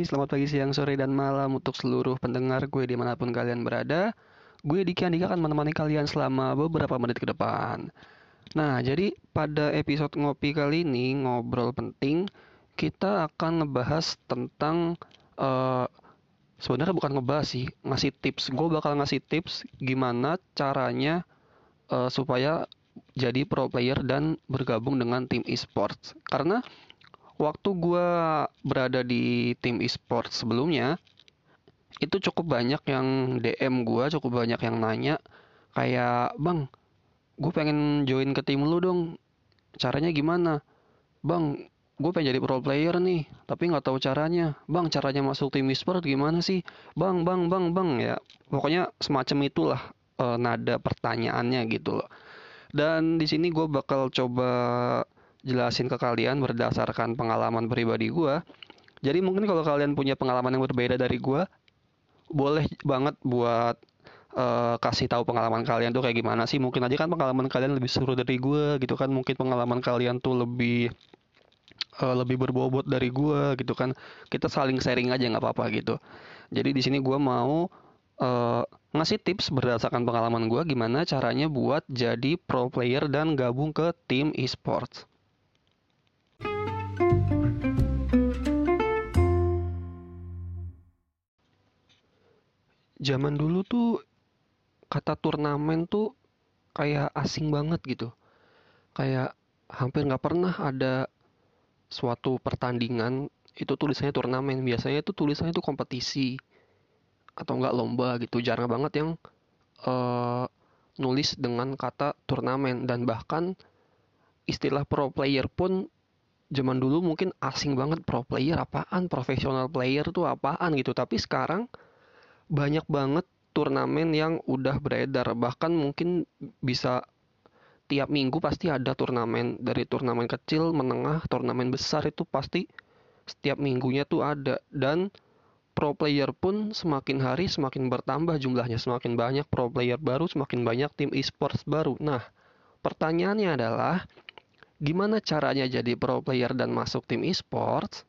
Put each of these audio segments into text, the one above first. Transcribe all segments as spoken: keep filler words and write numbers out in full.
selamat pagi, siang, sore, dan malam untuk seluruh pendengar gue dimanapun kalian berada. Gue Diki Andika akan menemani kalian selama beberapa menit ke depan. Nah, jadi pada episode ngopi kali ini, ngobrol penting, kita akan ngebahas tentang, eh sebenarnya bukan ngebahas sih, ngasih tips. Gue bakal ngasih tips gimana caranya eh, supaya jadi pro player dan bergabung dengan tim e-sports. Karena waktu gue berada di tim e-sports sebelumnya, itu cukup banyak yang D M gue, cukup banyak yang nanya, kayak, Bang, gue pengen join ke tim lu dong, caranya gimana? Bang, gue pengen jadi pro player nih, tapi nggak tahu caranya. Bang, caranya masuk tim e-sport gimana sih? Bang, bang, bang, bang, ya. Pokoknya semacam itulah eh, nada pertanyaannya gitu loh. Dan di sini gue bakal coba jelasin ke kalian berdasarkan pengalaman pribadi gue. Jadi mungkin kalau kalian punya pengalaman yang berbeda dari gue, boleh banget buat eh, kasih tahu pengalaman kalian tuh kayak gimana sih. Mungkin aja kan pengalaman kalian lebih seru dari gue gitu kan. Mungkin pengalaman kalian tuh lebih eh, lebih berbobot dari gue gitu kan. Kita saling sharing aja nggak apa-apa gitu. Jadi di sini gue mau eh, ngasih tips berdasarkan pengalaman gue gimana caranya buat jadi pro player dan gabung ke tim e-sports. Zaman dulu tuh kata turnamen tuh kayak asing banget gitu. Kayak hampir nggak pernah ada suatu pertandingan itu tulisannya turnamen. Biasanya itu tulisannya itu kompetisi atau enggak lomba gitu. Jarang banget yang eh, nulis dengan kata turnamen. Dan bahkan istilah pro player pun zaman dulu mungkin asing banget. Pro player apaan, professional player tuh apaan gitu. Tapi sekarang banyak banget turnamen yang udah beredar. Bahkan mungkin bisa tiap minggu pasti ada turnamen. Dari turnamen kecil, menengah, turnamen besar itu pasti setiap minggunya tuh ada. Dan pro player pun semakin hari semakin bertambah jumlahnya. Semakin banyak pro player baru, semakin banyak tim e-sports baru. Nah, pertanyaannya adalah gimana caranya jadi pro player dan masuk tim e-sports?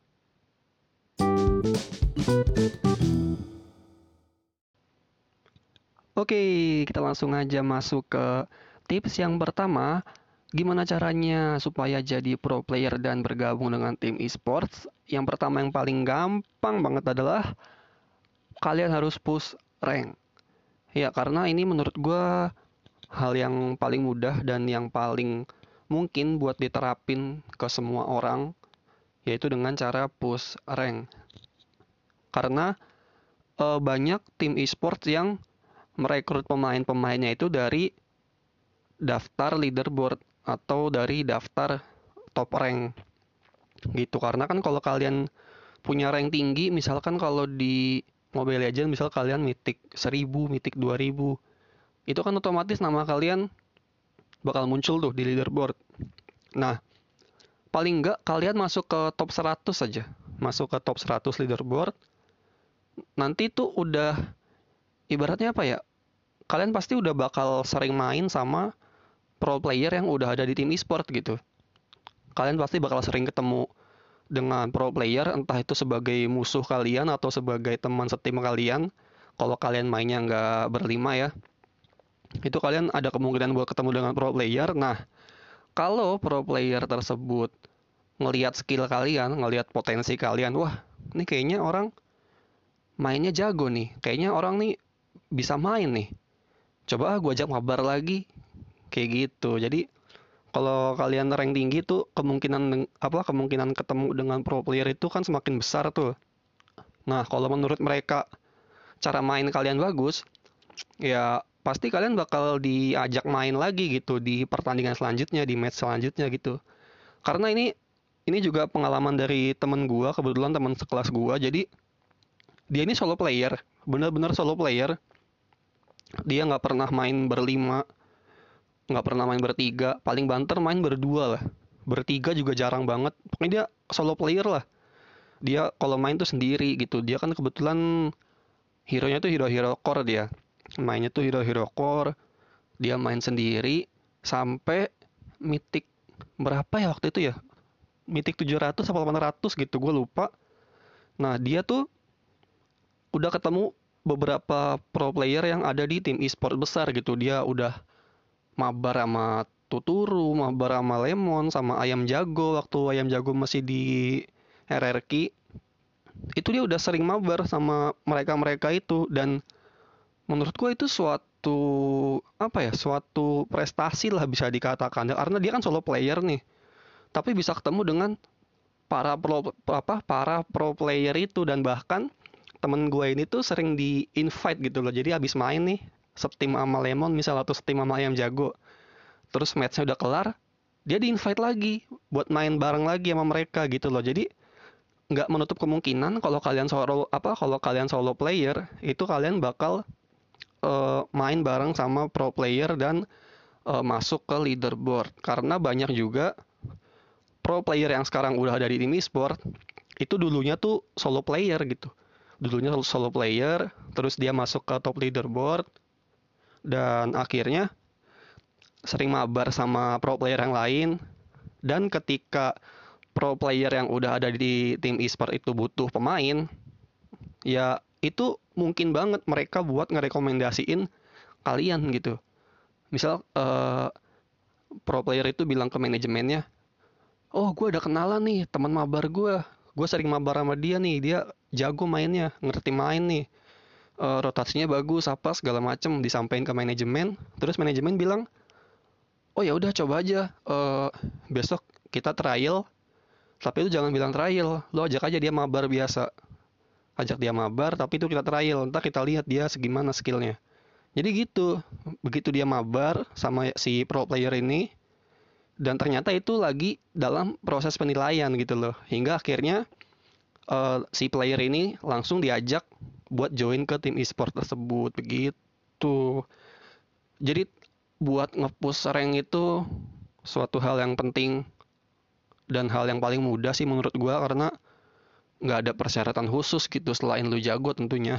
Oke, kita langsung aja masuk ke tips yang pertama. Gimana caranya supaya jadi pro player dan bergabung dengan tim e-sports? Yang pertama yang paling gampang banget adalah kalian harus push rank. Ya, karena ini menurut gue hal yang paling mudah dan yang paling mungkin buat diterapin ke semua orang, yaitu dengan cara push rank. Karena eh, banyak tim e-sports yang merekrut pemain-pemainnya itu dari daftar leaderboard atau dari daftar top rank gitu. Karena kan kalau kalian punya rank tinggi, misalkan kalau di Mobile Legends misal kalian mythic seribu, mythic dua ribu, itu kan otomatis nama kalian bakal muncul tuh di leaderboard. Nah, paling enggak kalian masuk ke top seratus saja. Masuk ke top seratus leaderboard. Nanti tuh udah ibaratnya apa ya? Kalian pasti udah bakal sering main sama pro player yang udah ada di tim e-sport gitu. Kalian pasti bakal sering ketemu dengan pro player, entah itu sebagai musuh kalian atau sebagai teman setim kalian. Kalau kalian mainnya nggak berlima ya, itu kalian ada kemungkinan buat ketemu dengan pro player. Nah, kalau pro player tersebut ngelihat skill kalian, ngelihat potensi kalian, wah, ini kayaknya orang mainnya jago nih, kayaknya orang nih bisa main nih. Coba ah gue ajak mabar lagi, kayak gitu. Jadi kalau kalian rank tinggi tuh kemungkinan apa kemungkinan ketemu dengan pro player itu kan semakin besar tuh. Nah, kalau menurut mereka cara main kalian bagus, ya pasti kalian bakal diajak main lagi gitu di pertandingan selanjutnya, di match selanjutnya gitu. Karena ini ini juga pengalaman dari temen gua, kebetulan teman sekelas gua. Jadi dia ini solo player, bener-bener solo player. Dia nggak pernah main berlima, nggak pernah main bertiga, paling banter main berdua lah. Bertiga juga jarang banget. Pokoknya dia solo player lah. Dia kalau main tuh sendiri gitu. Dia kan kebetulan hero-nya tuh hero-hero core dia. Mainnya tuh hero-hero core. Dia main sendiri sampai mythic berapa ya waktu itu ya? Mythic tujuh ratus atau delapan ratus gitu, gue lupa. Nah, dia tuh udah ketemu beberapa pro player yang ada di tim e-sport besar gitu. Dia udah mabar sama Tuturu, mabar sama Lemon, sama Ayam Jago waktu Ayam Jago masih di R R Q. Itu dia udah sering mabar sama mereka-mereka itu, dan menurut gua itu suatu apa ya, suatu prestasi lah bisa dikatakan, karena dia kan solo player nih, tapi bisa ketemu dengan para pro apa para pro player itu. Dan bahkan temen gue ini tuh sering di invite gitu loh, jadi abis main nih setim sama Lemon misal atau setim sama Ayam Jago, terus matchnya udah kelar, dia di invite lagi buat main bareng lagi sama mereka gitu loh. Jadi nggak menutup kemungkinan kalau kalian solo apa kalau kalian solo player itu kalian bakal eh, main bareng sama pro player dan eh, masuk ke leaderboard, karena banyak juga pro player yang sekarang udah ada di tim e-sport itu dulunya tuh solo player gitu. Dulunya solo player, terus dia masuk ke top leaderboard dan akhirnya sering mabar sama pro player yang lain. Dan ketika pro player yang udah ada di tim e-sport itu butuh pemain, ya itu mungkin banget mereka buat ngerekomendasiin kalian gitu. Misal eh, pro player itu bilang ke manajemennya, oh gue ada kenalan nih teman mabar gue, gue sering mabar sama dia nih, dia jago mainnya, ngerti main nih, eh, rotasinya bagus apa segala macem, disampaikan ke manajemen. Terus manajemen bilang, oh ya udah coba aja, eh, besok kita trial. Tapi itu jangan bilang trial, lo ajak aja dia mabar biasa, ajak dia mabar tapi itu kita trial, ntar kita lihat dia segimana skillnya. Jadi gitu, begitu dia mabar sama si pro player ini, dan ternyata itu lagi dalam proses penilaian gitu loh, hingga akhirnya eh, si player ini langsung diajak buat join ke tim e-sport tersebut begitu. Jadi buat nge-push rank itu suatu hal yang penting dan hal yang paling mudah sih menurut gua, karena nggak ada persyaratan khusus gitu selain lu jago tentunya.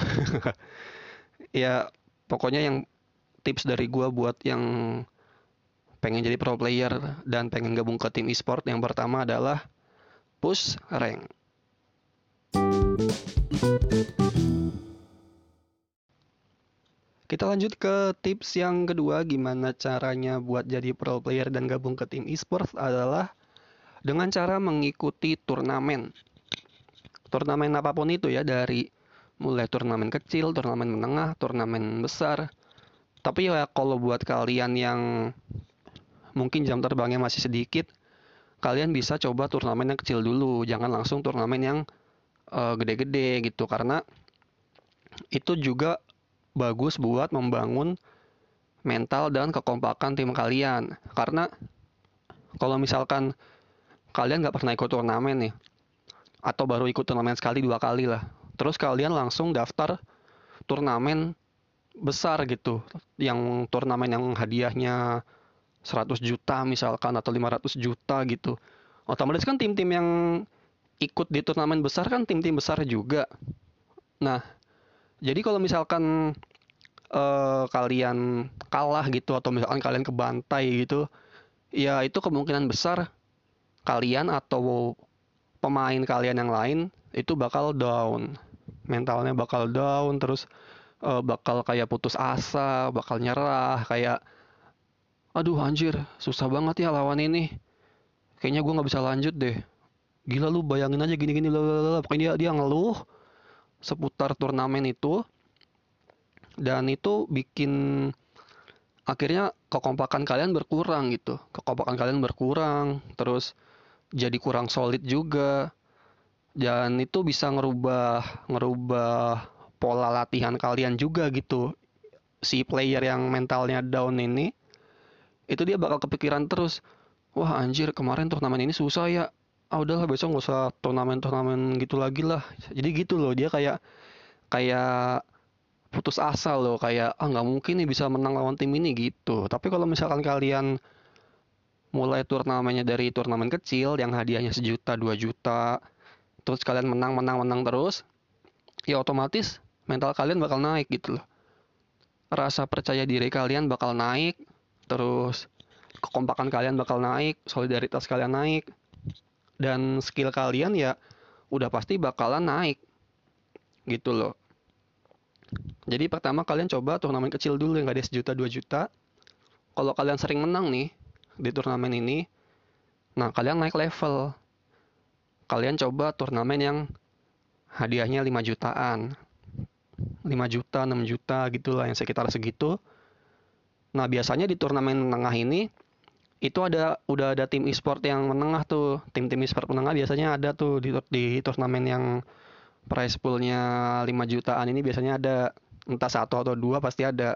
Ya pokoknya yang tips dari gua buat yang pengen jadi pro player dan pengen gabung ke tim e-sport, yang pertama adalah push rank. Kita lanjut ke tips yang kedua, gimana caranya buat jadi pro player dan gabung ke tim e-sport adalah dengan cara mengikuti turnamen. Turnamen apapun itu ya, dari mulai turnamen kecil, turnamen menengah, turnamen besar. Tapi ya kalau buat kalian yang mungkin jam terbangnya masih sedikit, kalian bisa coba turnamen yang kecil dulu, jangan langsung turnamen yang eh, gede-gede gitu, karena itu juga bagus buat membangun mental dan kekompakan tim kalian. Karena kalau misalkan kalian nggak pernah ikut turnamen nih, atau baru ikut turnamen sekali dua kali lah, terus kalian langsung daftar turnamen besar gitu, yang turnamen yang hadiahnya seratus juta misalkan atau lima ratus juta gitu, otomatis kan tim-tim yang ikut di turnamen besar kan tim-tim besar juga. Nah, jadi kalau misalkan eh, kalian kalah gitu atau misalkan kalian kebantai gitu, ya itu kemungkinan besar kalian atau pemain kalian yang lain itu bakal down, mentalnya bakal down, terus eh, bakal kayak putus asa, bakal nyerah, kayak aduh anjir susah banget ya lawan ini, kayaknya gue nggak bisa lanjut deh, gila lu bayangin aja gini-gini, pokoknya dia dia ngeluh seputar turnamen itu. Dan itu bikin akhirnya kekompakan kalian berkurang gitu, kekompakan kalian berkurang, terus jadi kurang solid juga, dan itu bisa ngerubah ngerubah pola latihan kalian juga gitu. Si player yang mentalnya down ini, itu dia bakal kepikiran terus, wah anjir kemarin turnamen ini susah ya, ah udahlah besok nggak usah turnamen-turnamen gitu lagi lah. Jadi gitu loh, dia kayak kayak putus asa loh, kayak ah nggak mungkin nih bisa menang lawan tim ini gitu. Tapi kalau misalkan kalian mulai turnamennya dari turnamen kecil yang hadiahnya sejuta dua juta, terus kalian menang menang menang terus, ya otomatis mental kalian bakal naik gitu loh, rasa percaya diri kalian bakal naik, terus kekompakan kalian bakal naik, solidaritas kalian naik, dan skill kalian ya udah pasti bakalan naik gitu loh. Jadi pertama kalian coba turnamen kecil dulu yang gak ada sejuta dua juta. Kalau kalian sering menang nih di turnamen ini, nah kalian naik level. Kalian coba turnamen yang hadiahnya lima jutaan. lima juta, enam juta gitulah yang sekitar segitu. Nah, biasanya di turnamen menengah ini itu ada udah ada tim e-sport yang menengah tuh. Tim-tim e-sport menengah biasanya ada tuh di, di turnamen yang prize poolnya lima jutaan ini biasanya ada, entah satu atau dua pasti ada.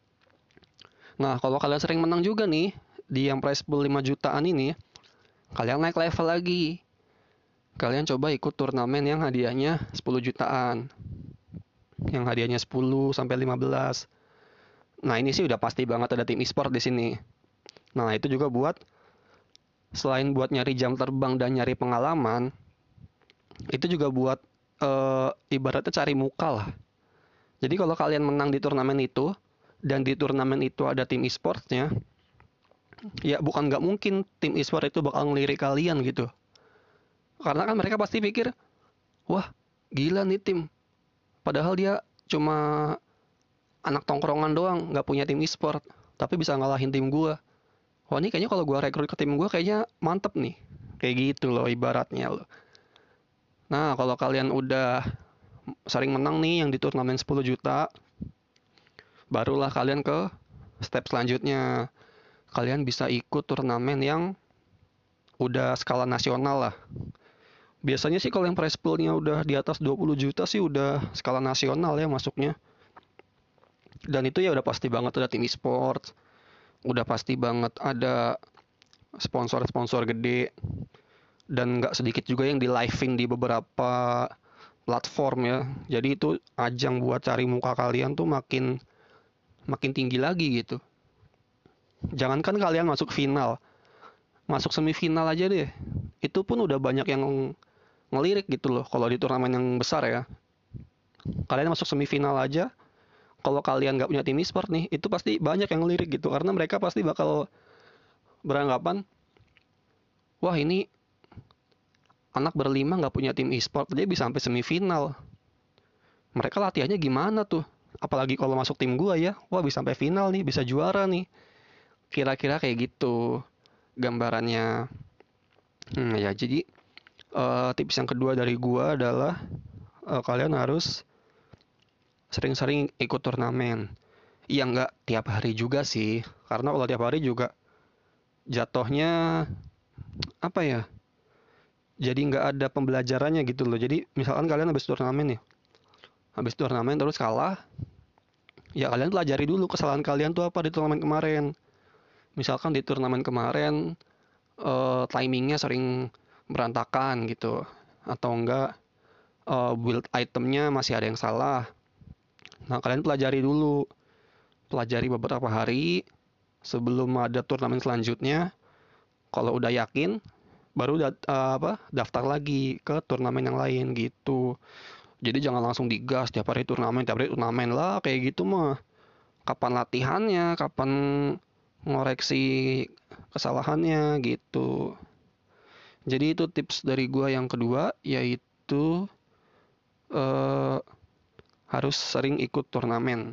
Nah, kalau kalian sering menang juga nih di yang prize pool lima jutaan ini, kalian naik level lagi. Kalian coba ikut turnamen yang hadiahnya sepuluh jutaan. Yang hadiahnya sepuluh sampai lima belas. Nah, ini sih udah pasti banget ada tim e-sport di sini. Nah, itu juga buat selain buat nyari jam terbang dan nyari pengalaman, itu juga buat uh, ibaratnya cari muka lah. Jadi kalau kalian menang di turnamen itu, dan di turnamen itu ada tim e-sportsnya, ya bukan nggak mungkin tim e-sport itu bakal ngelirik kalian gitu. Karena kan mereka pasti pikir, wah gila nih tim. Padahal dia cuma anak tongkrongan doang, nggak punya tim e-sport, tapi bisa ngalahin tim gua. Wah ini kayaknya kalau gua rekrut ke tim gua kayaknya mantep nih. Kayak gitu loh ibaratnya loh. Nah kalau kalian udah sering menang nih yang di turnamen sepuluh juta, barulah kalian ke step selanjutnya. Kalian bisa ikut turnamen yang udah skala nasional lah. Biasanya sih kalau yang prize poolnya udah di atas dua puluh juta sih udah skala nasional ya masuknya. Dan itu ya udah pasti banget ada tim e-sport, udah pasti banget ada sponsor-sponsor gede, dan nggak sedikit juga yang di live-in di beberapa platform ya. Jadi itu ajang buat cari muka kalian tuh makin makin tinggi lagi gitu. Jangankan kalian masuk final, masuk semifinal aja deh. Itu pun udah banyak yang ngelirik gitu loh kalau di turnamen yang besar ya. Kalian masuk semifinal aja, kalau kalian nggak punya tim e-sport nih, itu pasti banyak yang ngelirik gitu. Karena mereka pasti bakal beranggapan, wah ini anak berlima nggak punya tim e-sport, dia bisa sampai semifinal. Mereka latihannya gimana tuh? Apalagi kalau masuk tim gua ya, wah bisa sampai final nih, bisa juara nih. Kira-kira kayak gitu gambarannya. Hmm, ya jadi uh, tips yang kedua dari gua adalah uh, kalian harus sering-sering ikut turnamen. Ya nggak tiap hari juga sih, karena kalau tiap hari juga jatuhnya apa ya? Jadi nggak ada pembelajarannya gitu loh. Jadi misalkan kalian habis turnamen ya, habis turnamen terus kalah, ya kalian pelajari dulu kesalahan kalian tuh apa di turnamen kemarin. Misalkan di turnamen kemarin uh, timingnya sering berantakan gitu, atau enggak uh, build itemnya masih ada yang salah. Nah kalian pelajari dulu, pelajari beberapa hari sebelum ada turnamen selanjutnya. Kalau udah yakin, baru dat- uh, apa daftar lagi ke turnamen yang lain gitu. Jadi jangan langsung digas tiap hari turnamen, tiap hari turnamen lah kayak gitu mah. Kapan latihannya, kapan ngoreksi kesalahannya gitu. Jadi itu tips dari gua yang kedua, yaitu eh, harus sering ikut turnamen.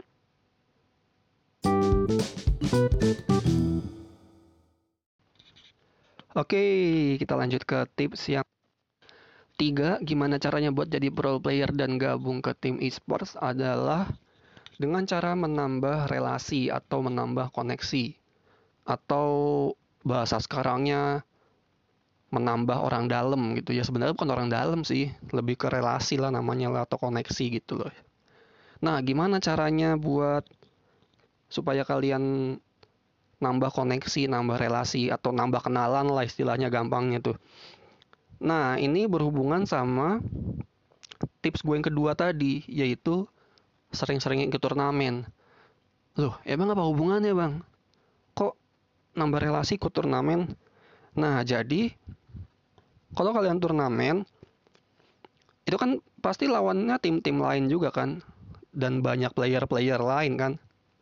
Oke, kita lanjut ke tips yang tiga. Gimana caranya buat jadi pro player dan gabung ke tim esports adalah dengan cara menambah relasi atau menambah koneksi. Atau bahasa sekarangnya menambah orang dalam gitu ya. Sebenarnya bukan orang dalam sih, lebih ke relasi lah namanya lah, atau koneksi gitu loh. Nah, gimana caranya buat supaya kalian nambah koneksi, nambah relasi, atau nambah kenalan lah istilahnya gampangnya tuh. Nah, ini berhubungan sama tips gue yang kedua tadi, yaitu sering-sering ikut turnamen. Loh, emang apa hubungannya bang? Kok nambah relasi ikut turnamen? Nah, jadi kalau kalian turnamen, itu kan pasti lawannya tim-tim lain juga kan, dan banyak player-player lain kan.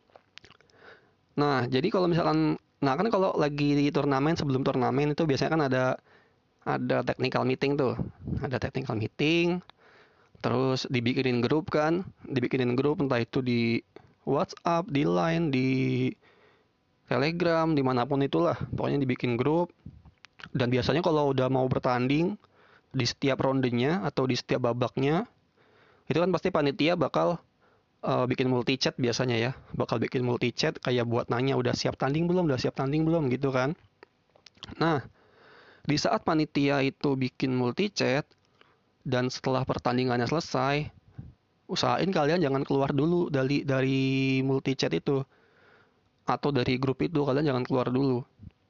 Nah, jadi kalau misalkan, nah kan kalau lagi di turnamen, sebelum turnamen itu biasanya kan ada ada technical meeting tuh, ada technical meeting. Terus dibikinin grup kan, dibikinin grup entah itu di WhatsApp, di Line, di Telegram, dimanapun itulah. Pokoknya dibikin grup. Dan biasanya kalau udah mau bertanding di setiap rondenya atau di setiap babaknya, itu kan pasti panitia bakal eh, bikin multi chat biasanya ya. Bakal bikin multi chat kayak buat nanya udah siap tanding belum, udah siap tanding belum gitu kan. Nah, di saat panitia itu bikin multi chat dan setelah pertandingannya selesai, usahain kalian jangan keluar dulu dari dari multi chat itu atau dari grup itu, kalian jangan keluar dulu.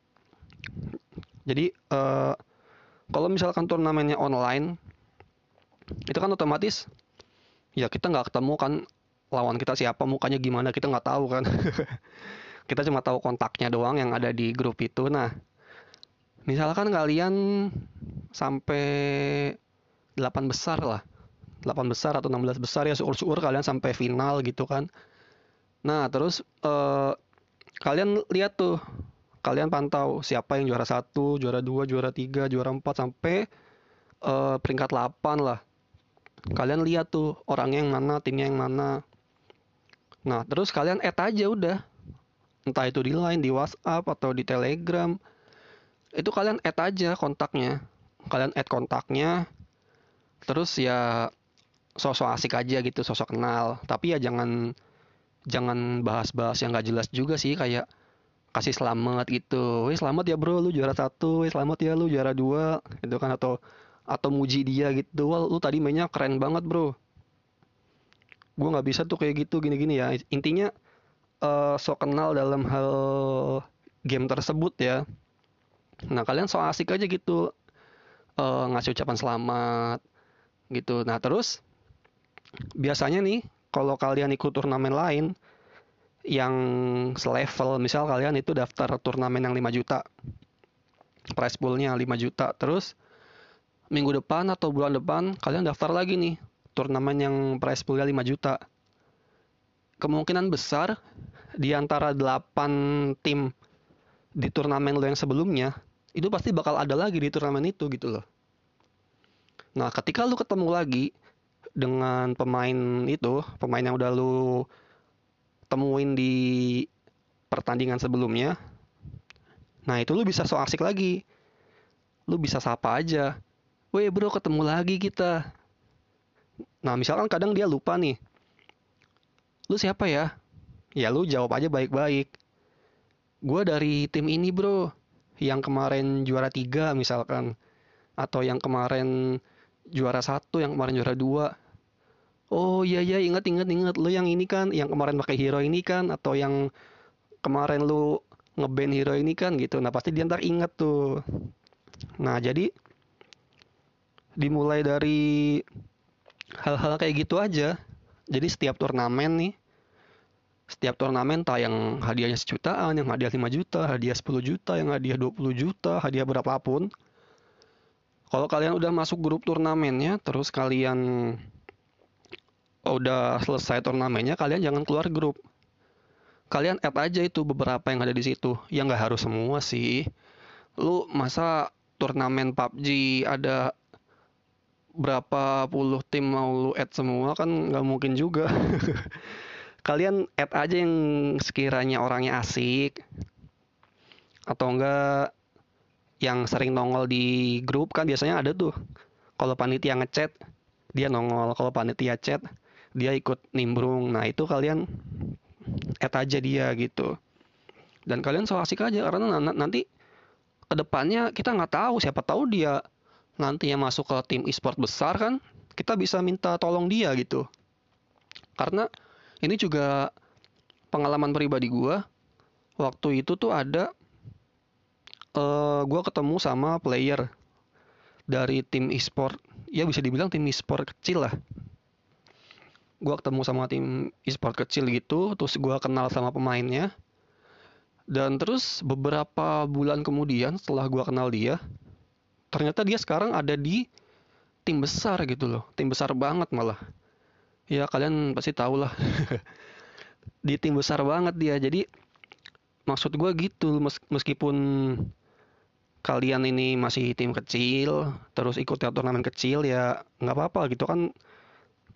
Jadi eh, kalau misalkan turnamennya online, itu kan otomatis ya kita nggak ketemu kan lawan kita siapa, mukanya gimana kita nggak tahu kan. Kita cuma tahu kontaknya doang yang ada di grup itu. Nah, misalkan kalian sampai delapan besar lah, delapan besar atau enam belas besar ya, syukur-syukur kalian sampai final gitu kan. Nah, terus eh, kalian lihat tuh, kalian pantau siapa yang juara satu, juara dua, juara tiga, juara empat sampai eh, peringkat delapan lah. Kalian lihat tuh orangnya yang mana, timnya yang mana. Nah, terus kalian add aja udah. Entah itu di Line, di WhatsApp, atau di Telegram. Itu kalian add aja kontaknya. Kalian add kontaknya. Terus ya sosok asik aja gitu, sosok kenal. Tapi ya jangan jangan bahas-bahas yang gak jelas juga sih. Kayak kasih selamat gitu. Wih selamat ya bro, lu juara satu. Wih selamat ya lu juara dua. Gitu kan. Atau atau muji dia gitu. Wah lu tadi mainnya keren banget bro. Gue nggak bisa tuh kayak gitu gini-gini ya. Intinya eh, sok kenal dalam hal game tersebut ya. Nah kalian so asik aja gitu eh, ngasih ucapan selamat gitu. Nah terus biasanya nih kalau kalian ikut turnamen lain yang selevel, misal kalian itu daftar turnamen yang lima juta, prize poolnya lima juta, terus minggu depan atau bulan depan kalian daftar lagi nih turnamen yang prize poolnya lima juta. Kemungkinan besar di antara delapan tim di turnamen lo yang sebelumnya, itu pasti bakal ada lagi di turnamen itu gitu loh. Nah, ketika lu ketemu lagi dengan pemain itu, pemain yang udah lu temuin di pertandingan sebelumnya, nah itu lu bisa so asik lagi. Lu bisa sapa aja. Weh bro, ketemu lagi kita. Nah, misalkan kadang dia lupa nih. Lu siapa ya? Ya lu jawab aja baik-baik. Gua dari tim ini bro. Yang kemarin juara tiga misalkan. Atau yang kemarin juara satu, yang kemarin juara dua. Oh iya iya ingat ingat ingat lu yang ini kan, yang kemarin pakai hero ini kan, atau yang kemarin lu ngeband hero ini kan gitu. Nah pasti dia ntar inget tuh. Nah jadi dimulai dari hal-hal kayak gitu aja. Jadi setiap turnamen nih, setiap turnamen tayang hadiahnya sejutaan, yang hadiah lima juta, hadiah sepuluh juta, yang hadiah dua puluh juta, hadiah berapapun. Kalau kalian udah masuk grup turnamennya, terus kalian udah selesai turnamennya, kalian jangan keluar grup. Kalian add aja itu beberapa yang ada di situ. Ya nggak harus semua sih. Lu masa turnamen P U B G ada berapa puluh tim mau lu add semua kan nggak mungkin juga. Kalian add aja yang sekiranya orangnya asik atau enggak yang sering nongol di grup kan biasanya ada tuh. Kalau panitia ngechat dia nongol, kalau panitia chat dia ikut nimbrung. Nah itu kalian add aja dia gitu. Dan kalian so asik aja karena nanti kedepannya kita nggak tahu, siapa tahu dia nantinya masuk ke tim e-sport besar kan, kita bisa minta tolong dia gitu. Karena ini juga pengalaman pribadi gue. Waktu itu tuh ada uh, gue ketemu sama player dari tim e-sport, ya bisa dibilang tim e-sport kecil lah. Gue ketemu sama tim e-sport kecil gitu, terus gue kenal sama pemainnya. Dan terus beberapa bulan kemudian setelah gue kenal dia, ternyata dia sekarang ada di tim besar gitu loh, tim besar banget malah. Ya kalian pasti tahu lah, di tim besar banget dia. Jadi maksud gue gitu, meskipun kalian ini masih tim kecil, terus ikut turnamen kecil ya nggak apa-apa gitu kan.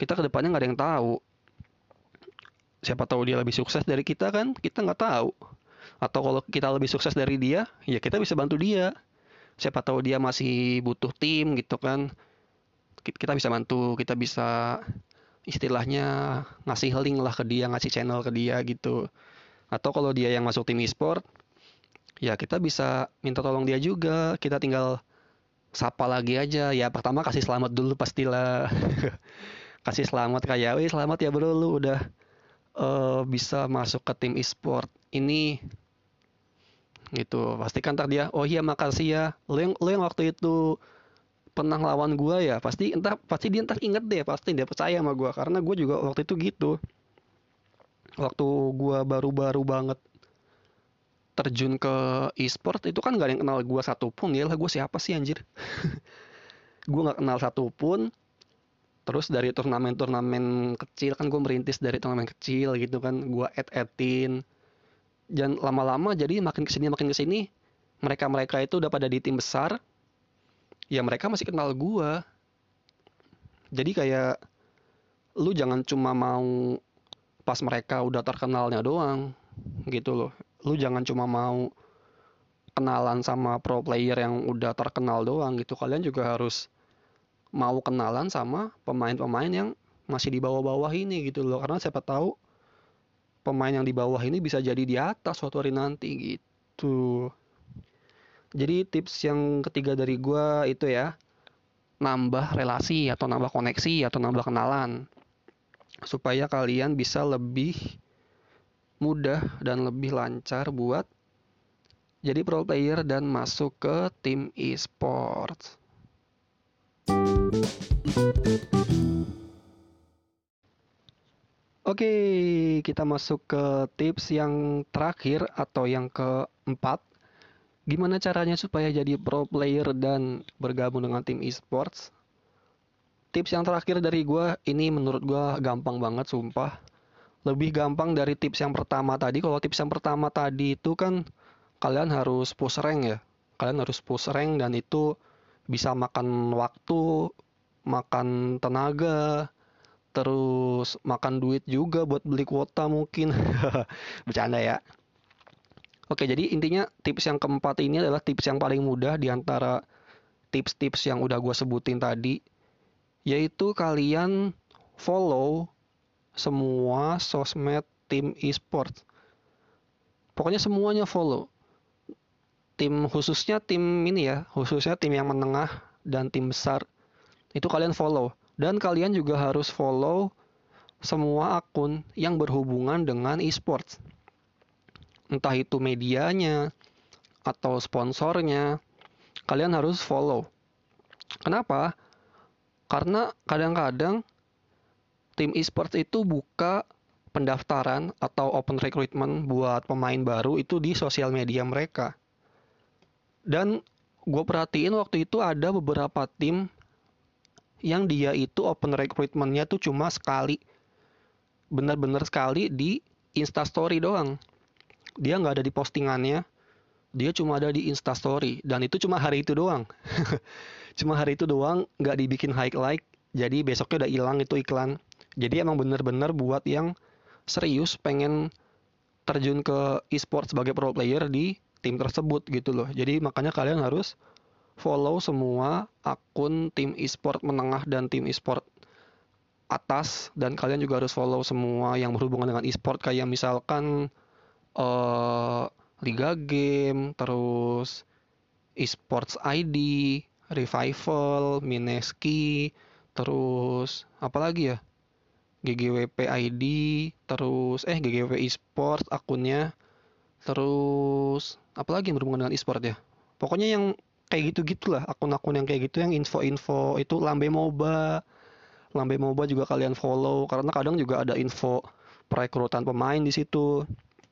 kita ke depannya nggak ada yang tahu. Siapa tahu dia lebih sukses dari kita kan, kita nggak tahu. Atau kalau kita lebih sukses dari dia, ya kita bisa bantu dia. Siapa tahu dia masih butuh tim gitu kan, kita bisa bantu, kita bisa istilahnya ngasih link lah ke dia, ngasih channel ke dia gitu. Atau kalau dia yang masuk tim e-sport, ya kita bisa minta tolong dia juga, kita tinggal sapa lagi aja. Ya pertama kasih selamat dulu pastilah. Kasih selamat kayak, wih selamat ya bro, lu udah uh, bisa masuk ke tim e-sport ini gitu. Pastikan ntar dia, oh iya makasih ya, lu yang lu yang waktu itu pernah lawan gua ya, pasti entar pasti dia ntar inget deh, pasti dia percaya sama gua, karena gua juga waktu itu gitu. Waktu gua baru-baru banget terjun ke e-sport itu kan gak ada yang kenal gua satupun, ya lah gua siapa sih anjir. Gua nggak kenal satupun. Terus dari turnamen-turnamen kecil kan, gue merintis dari turnamen kecil gitu kan, gue add-addin. Dan lama-lama jadi makin kesini makin kesini, mereka-mereka itu udah pada di tim besar, ya mereka masih kenal gue. Jadi kayak lu jangan cuma mau pas mereka udah terkenalnya doang gitu loh. Lu jangan cuma mau kenalan sama pro player yang udah terkenal doang gitu. Kalian juga harus mau kenalan sama pemain-pemain yang masih di bawah-bawah ini gitu loh. Karena siapa tahu pemain yang di bawah ini bisa jadi di atas suatu hari nanti gitu. Jadi tips yang ketiga dari gua itu ya, nambah relasi atau nambah koneksi atau nambah kenalan. Supaya kalian bisa lebih mudah dan lebih lancar buat jadi pro player dan masuk ke tim e-sports. Oke, kita masuk ke tips yang terakhir atau yang keempat. Gimana caranya supaya jadi pro player dan bergabung dengan tim e-sports? Tips yang terakhir dari gue, ini menurut gue gampang banget sumpah. Lebih gampang dari tips yang pertama tadi. Kalau tips yang pertama tadi itu kan kalian harus push rank ya. Kalian harus push rank dan itu bisa makan waktu, makan tenaga, terus makan duit juga buat beli kuota mungkin. Bercanda ya. Oke, jadi intinya tips yang keempat ini adalah tips yang paling mudah di antara tips-tips yang udah gue sebutin tadi, yaitu kalian follow semua sosmed tim e-sports. Pokoknya semuanya follow. Tim khususnya tim ini ya, khususnya tim yang menengah dan tim besar, itu kalian follow. Dan kalian juga harus follow semua akun yang berhubungan dengan e-sports. Entah itu medianya atau sponsornya, kalian harus follow. Kenapa? Karena kadang-kadang tim e-sports itu buka pendaftaran atau open recruitment buat pemain baru itu di sosial media mereka. Dan gue perhatiin waktu itu ada beberapa tim yang dia itu open recruitment-nya tuh cuma sekali. Bener-bener sekali di Instastory doang. Dia nggak ada di postingannya, dia cuma ada di Instastory, dan itu cuma hari itu doang. Cuma hari itu doang, nggak dibikin highlight, jadi besoknya udah hilang itu iklan. Jadi emang bener-bener buat yang serius pengen terjun ke e-sport sebagai pro player di tim tersebut gitu loh. Jadi makanya kalian harus follow semua akun tim e-sport menengah dan tim e-sport atas, dan kalian juga harus follow semua yang berhubungan dengan e-sport kayak misalkan uh, Liga Game, terus eSports I D, Revival, Mineski, terus apa lagi ya? G G W P I D, terus eh G G W P eSports akunnya, terus apa lagi yang berhubungan dengan eSport ya? Pokoknya yang kayak gitu-gitulah, akun-akun yang kayak gitu, yang info-info itu. Lambe MOBA, Lambe MOBA juga kalian follow karena kadang juga ada info perekrutan pemain di situ.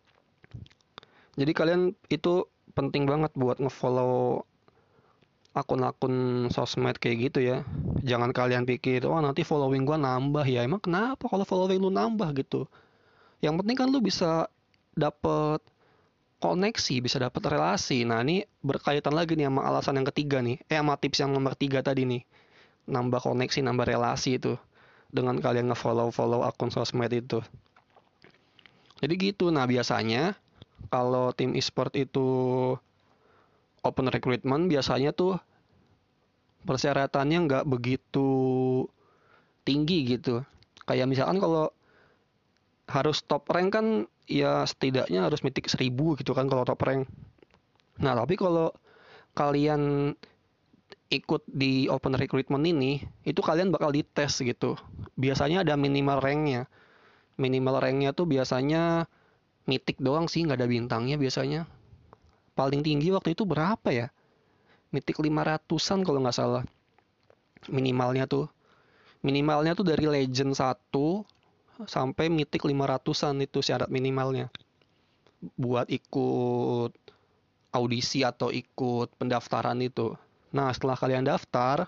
Jadi kalian itu penting banget buat ngefollow akun-akun sosmed kayak gitu ya. Jangan kalian pikir, oh nanti following gua nambah ya. Emang kenapa kalau following lu nambah gitu? Yang penting kan lu bisa dapet koneksi, bisa dapet relasi. Nah ini berkaitan lagi nih sama alasan yang ketiga nih. Eh sama tips yang nomor tiga tadi nih. Nambah koneksi, nambah relasi itu. dengan kalian nge-follow-follow akun sosmed itu. Jadi gitu. Nah, biasanya kalau tim e-sport itu open recruitment, biasanya tuh persyaratannya nggak begitu tinggi gitu. Kayak misalkan kalau harus top rank kan ya setidaknya harus mitik seribu gitu kan kalau top rank. Nah, tapi kalau kalian ikut di open recruitment ini, itu kalian bakal dites gitu. Biasanya ada minimal ranknya. Minimal ranknya tuh biasanya mitik doang sih, nggak ada bintangnya biasanya. Paling tinggi waktu itu berapa ya? Mitik lima ratusan kalau nggak salah. Minimalnya tuh. Minimalnya tuh dari legend satu sampai mitik lima ratusan itu syarat minimalnya. Buat ikut audisi atau ikut pendaftaran itu. Nah, setelah kalian daftar,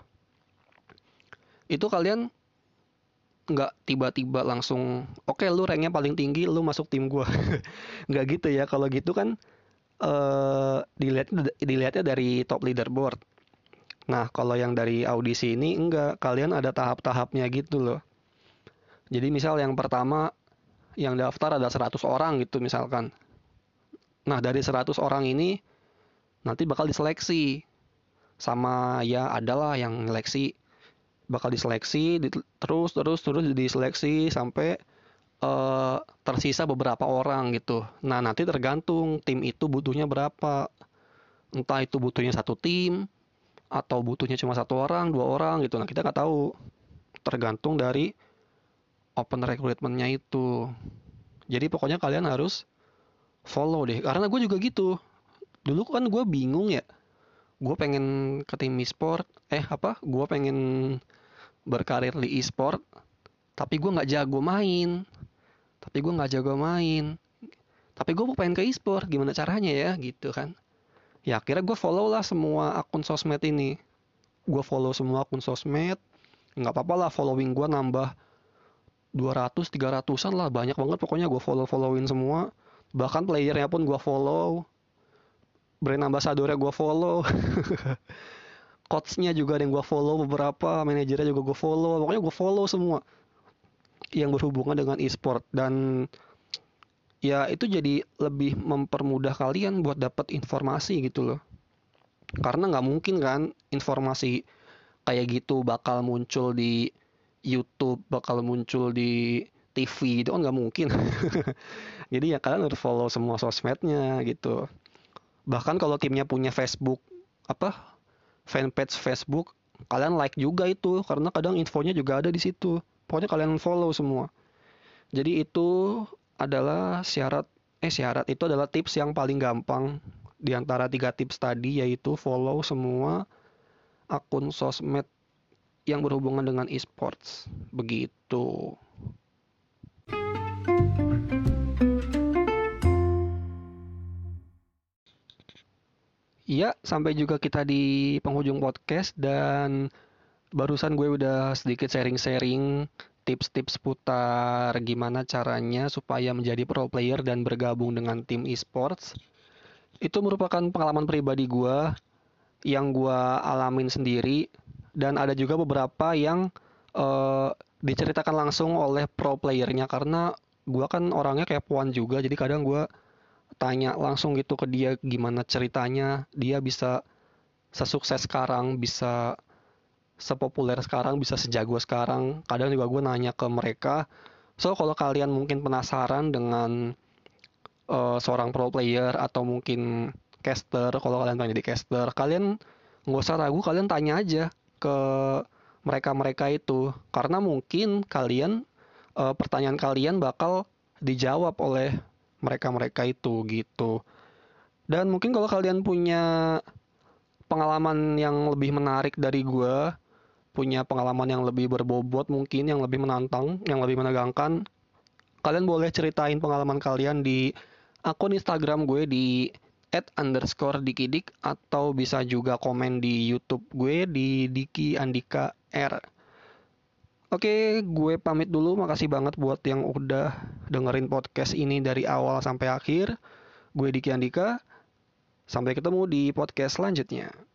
itu kalian nggak tiba-tiba langsung, oke, lu ranknya paling tinggi, lu masuk tim gua. Nggak gitu ya. Kalau gitu kan eh, dilihat dilihatnya dari top leaderboard. Nah, kalau yang dari audisi ini enggak, kalian ada tahap-tahapnya gitu loh. Jadi misal yang pertama yang daftar ada seratus orang gitu misalkan. Nah, dari seratus orang ini nanti bakal diseleksi sama ya adalah yang seleksi, bakal diseleksi di, terus terus terus diseleksi sampai eh, tersisa beberapa orang gitu. Nah, nanti tergantung tim itu butuhnya berapa. Entah itu butuhnya satu tim atau butuhnya cuma satu orang, dua orang gitu. Nah, kita nggak tahu. Tergantung dari open recruitment-nya itu. Jadi pokoknya kalian harus follow deh. Karena gue juga gitu. Dulu kan gue bingung ya. Gue pengen ke tim e-sport. Eh apa? Gue pengen berkarir di e-sport. Tapi gue nggak jago main. Tapi gue nggak jago main. Tapi gue mau pengen ke e-sport. Gimana caranya ya? Gitu kan. Ya akhirnya gue follow lah semua akun sosmed ini. Gue follow semua akun sosmed. Nggak apa-apa lah following gue nambah dua ratus, tiga ratusan lah. Banyak banget pokoknya gue follow-followin semua. Bahkan playernya pun gue follow. Brand ambassadornya gue follow. Coachnya juga ada yang gue follow beberapa. Manajernya juga gue follow. Pokoknya gue follow semua yang berhubungan dengan e-sport. Dan ya itu jadi lebih mempermudah kalian buat dapat informasi gitu loh. Karena nggak mungkin kan informasi kayak gitu bakal muncul di YouTube, bakal muncul di T V, itu kan nggak mungkin. Jadi ya kalian harus follow semua sosmednya gitu. Bahkan kalau timnya punya Facebook, apa fanpage Facebook, kalian like juga itu karena kadang infonya juga ada di situ. Pokoknya kalian follow semua. Jadi itu adalah syarat eh syarat itu adalah tips yang paling gampang di antara tiga tips tadi, yaitu follow semua akun sosmed yang berhubungan dengan e-sports. Begitu. Iya, sampai juga kita di penghujung podcast dan barusan gue udah sedikit sharing-sharing tips-tips putar gimana caranya supaya menjadi pro player dan bergabung dengan tim e-sports. Itu merupakan pengalaman pribadi gue yang gue alamin sendiri dan ada juga beberapa yang eh, diceritakan langsung oleh pro playernya karena gue kan orangnya kepoan juga, jadi kadang gue tanya langsung gitu ke dia gimana ceritanya dia bisa sesukses sekarang, bisa sepopuler sekarang, bisa sejago sekarang. Kadang juga gue nanya ke mereka. So kalau kalian mungkin penasaran dengan uh, seorang pro player atau mungkin caster, kalau kalian pengen jadi caster, kalian nggak usah ragu, kalian tanya aja ke mereka-mereka itu. Karena mungkin kalian uh, pertanyaan kalian bakal dijawab oleh mereka-mereka itu gitu. Dan mungkin kalau kalian punya pengalaman yang lebih menarik dari gue, punya pengalaman yang lebih berbobot mungkin, yang lebih menantang, yang lebih menegangkan, kalian boleh ceritain pengalaman kalian di akun Instagram gue di at underscore dikidik atau bisa juga komen di YouTube gue di Diki Andika R. Oke, gue pamit dulu. Makasih banget buat yang udah dengerin podcast ini dari awal sampai akhir. Gue Diki Andika. Sampai ketemu di podcast selanjutnya.